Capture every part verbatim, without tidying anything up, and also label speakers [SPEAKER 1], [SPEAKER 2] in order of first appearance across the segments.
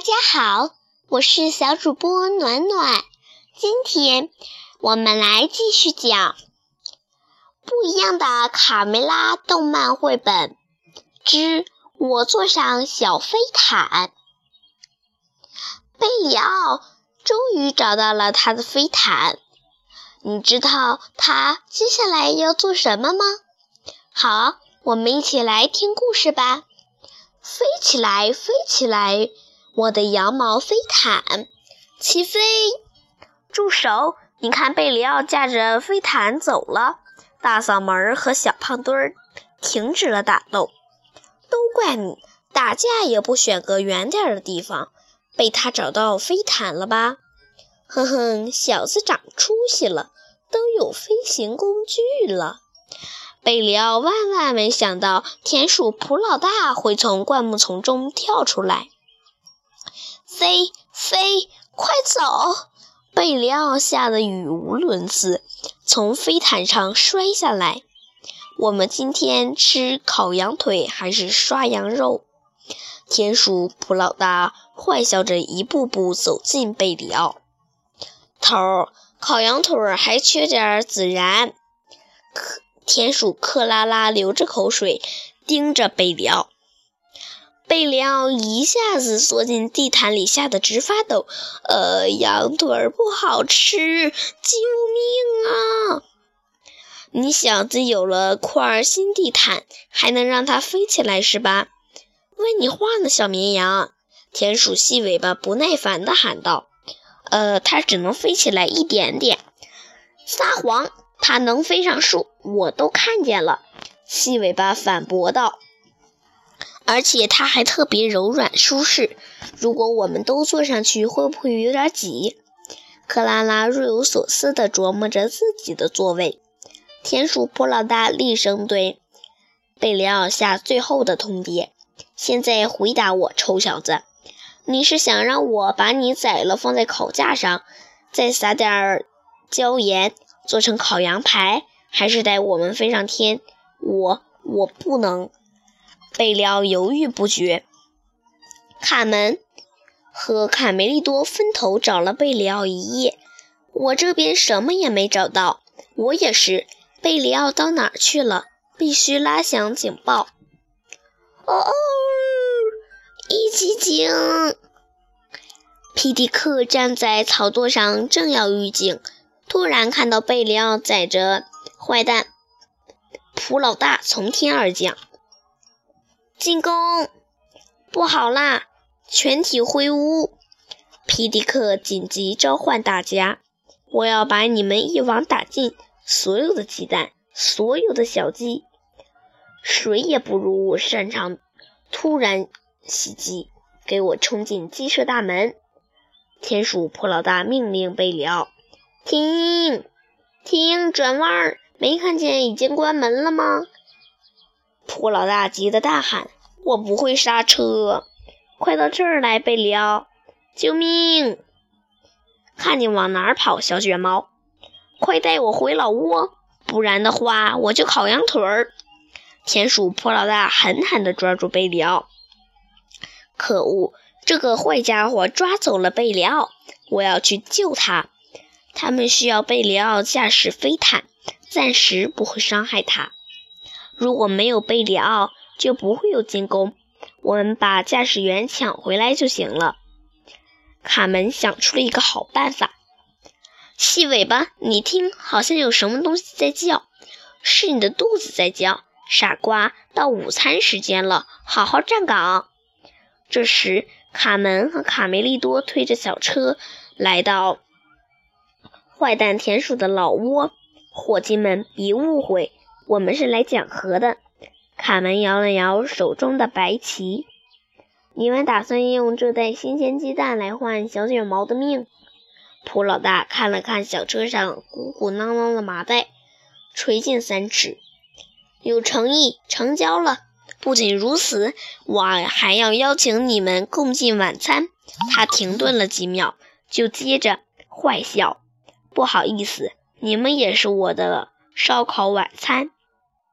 [SPEAKER 1] 家好，我是小主播暖暖。今天我们来继续讲不一样的卡梅拉动漫绘本之我坐上小飞毯。贝里奥终于找到了他的飞毯，你知道他接下来要做什么吗？好，我们一起来听故事吧。飞起来，飞起来，我的羊毛飞毯，起飞！住手！你看贝里奥驾着飞毯走了，大嗓门和小胖墩儿停止了打斗。都怪你，打架也不选个远点的地方，被他找到飞毯了吧？哼哼，小子长出息了，都有飞行工具了。贝里奥万万没想到田鼠普老大会从灌木丛中跳出来。飞飞，快走！贝里奥吓得语无伦次，从飞毯上摔下来。我们今天吃烤羊腿还是涮羊肉？田鼠普老大坏笑着一步步走进贝里奥。头儿，烤羊腿还缺点孜然。可田鼠克拉拉流着口水盯着贝里奥。贝里奥一下子缩进地毯里，吓得直发抖。呃，羊腿不好吃，救命啊！你小子有了块新地毯，还能让它飞起来是吧？问你话呢，小绵羊！田鼠细尾巴不耐烦地喊道。呃，它只能飞起来一点点。撒谎！它能飞上树，我都看见了。细尾巴反驳道。而且它还特别柔软舒适，如果我们都坐上去，会不会有点挤？克拉拉若有所思地琢磨着自己的座位。田鼠普老大厉声对贝里奥下最后的通牒：现在回答我，臭小子，你是想让我把你宰了放在烤架上，再撒点椒盐做成烤羊排，还是带我们飞上天？我我不能。贝里奥犹豫不决。卡门和卡梅利多分头找了贝里奥一夜，我这边什么也没找到。我也是，贝里奥到哪儿去了？必须拉响警报。哦哦，一起警！皮迪克站在草垛上正要预警，突然看到贝里奥载着坏蛋普老大从天而降。进攻！不好啦！全体挥舞！皮迪克紧急召唤大家，我要把你们一网打尽，所有的鸡蛋，所有的小鸡，谁也不如我擅长突然袭击，给我冲进鸡舍大门！田鼠普老大命令贝里奥：停！停！转弯！没看见已经关门了吗？普老大急得大喊：我不会刹车！快到这儿来，贝里奥！救命！看你往哪儿跑，小卷毛！快带我回老窝，不然的话我就烤羊腿儿！田鼠普老大狠狠地抓住贝里奥。可恶，这个坏家伙抓走了贝里奥，我要去救他。他们需要贝里奥驾驶飞毯，暂时不会伤害他。如果没有贝里奥，就不会有进攻，我们把驾驶员抢回来就行了。卡门想出了一个好办法。细尾巴，你听，好像有什么东西在叫，是你的肚子在叫。傻瓜，到午餐时间了，好好站岗。这时，卡门和卡梅利多推着小车来到坏蛋田鼠的老窝。伙计们，别误会，我们是来讲和的。卡门摇了摇手中的白旗。你们打算用这袋新鲜鸡蛋来换小卷毛的命？普老大看了看小车上鼓鼓囊囊的麻袋，垂涎三尺。有诚意，成交了。不仅如此，我还要邀请你们共进晚餐。他停顿了几秒，就接着坏笑。不好意思，你们也是我的烧烤晚餐。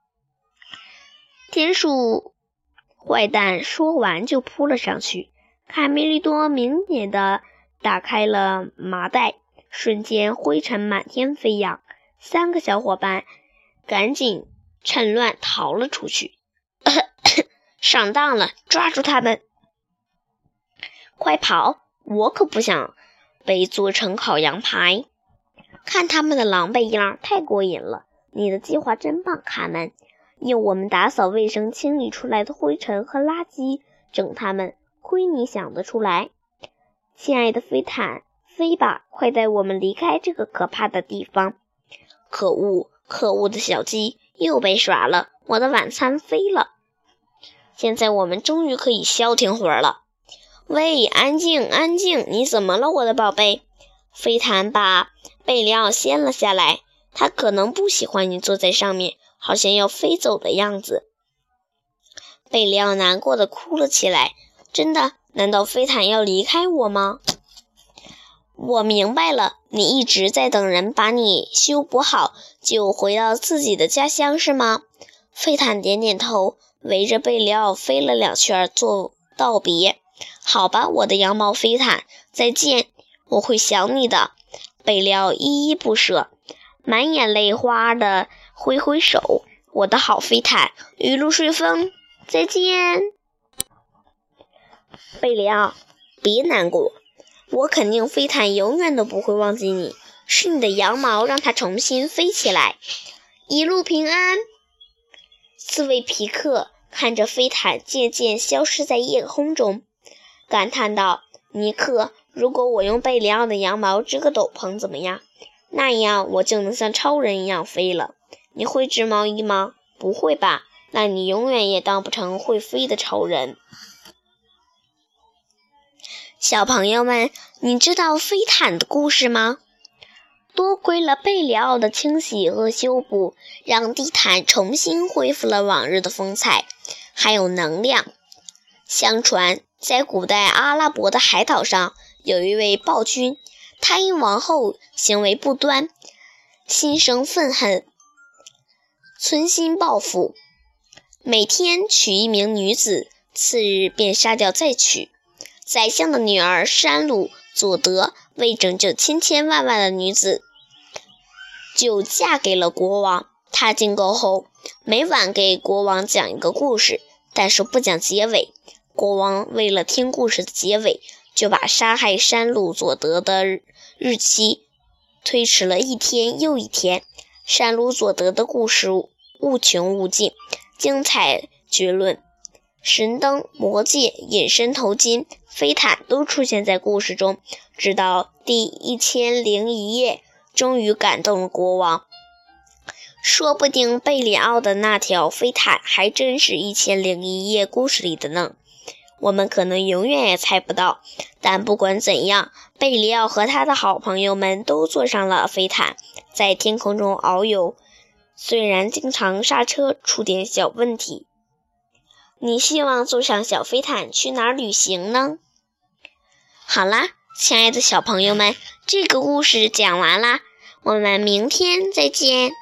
[SPEAKER 1] 田鼠坏蛋说完就扑了上去， 卡梅利多明显地打开了麻袋，瞬间灰尘满天飞扬。三个小伙伴赶紧趁乱逃了出去。上当了，抓住他们！快跑！我可不想被做成烤羊排。看他们的狼狈样，太过瘾了。你的计划真棒，卡门。用我们打扫卫生清理出来的灰尘和垃圾整他们，亏你想得出来。亲爱的飞毯，飞吧，快带我们离开这个可怕的地方。可恶，可恶的小鸡，又被耍了，我的晚餐飞了。现在我们终于可以消停会儿了。喂，安静，安静，你怎么了，我的宝贝？飞毯把贝里奥掀了下来，他可能不喜欢你坐在上面，好像要飞走的样子。贝里奥难过的哭了起来。真的？难道飞毯要离开我吗？我明白了，你一直在等人把你修补好，就回到自己的家乡是吗？飞毯点点头，围着贝里奥飞了两圈做道别。好吧，我的羊毛飞毯，再见，我会想你的。贝里奥依依不舍，满眼泪花的挥挥手。我的好飞毯，雨露顺风，再见。贝里奥，别难过，我肯定飞毯永远都不会忘记你，是你的羊毛让它重新飞起来。一路平安。刺猬皮克看着飞毯渐渐消失在夜空中，感叹道：尼克，如果我用贝里奥的羊毛织个斗篷怎么样？那样我就能像超人一样飞了。你会织毛衣吗？不会吧，那你永远也当不成会飞的超人。小朋友们，你知道飞毯的故事吗？多亏了贝里奥的清洗和修补，让地毯重新恢复了往日的风采，还有能量。相传，在古代阿拉伯的海岛上，有一位暴君，他因王后行为不端，心生愤恨，存心报复，每天娶一名女子，次日便杀掉再娶。宰相的女儿山鲁佐德为拯救千千万万的女子，就嫁给了国王。她进宫后，每晚给国王讲一个故事，但是不讲结尾。国王为了听故事的结尾，就把杀害山鲁佐德的日期推迟了一天又一天。山鲁佐德的故事无穷无尽，精彩绝伦。神灯、魔戒、隐身头巾、飞毯都出现在故事中，直到第一千零一夜，终于感动了国王。说不定贝里奥的那条飞毯还真是一千零一夜故事里的呢，我们可能永远也猜不到。但不管怎样，贝里奥和他的好朋友们都坐上了飞毯，在天空中遨游，虽然经常刹车出点小问题。你希望坐上小飞毯去哪儿旅行呢？好啦，亲爱的小朋友们，这个故事讲完啦，我们明天再见。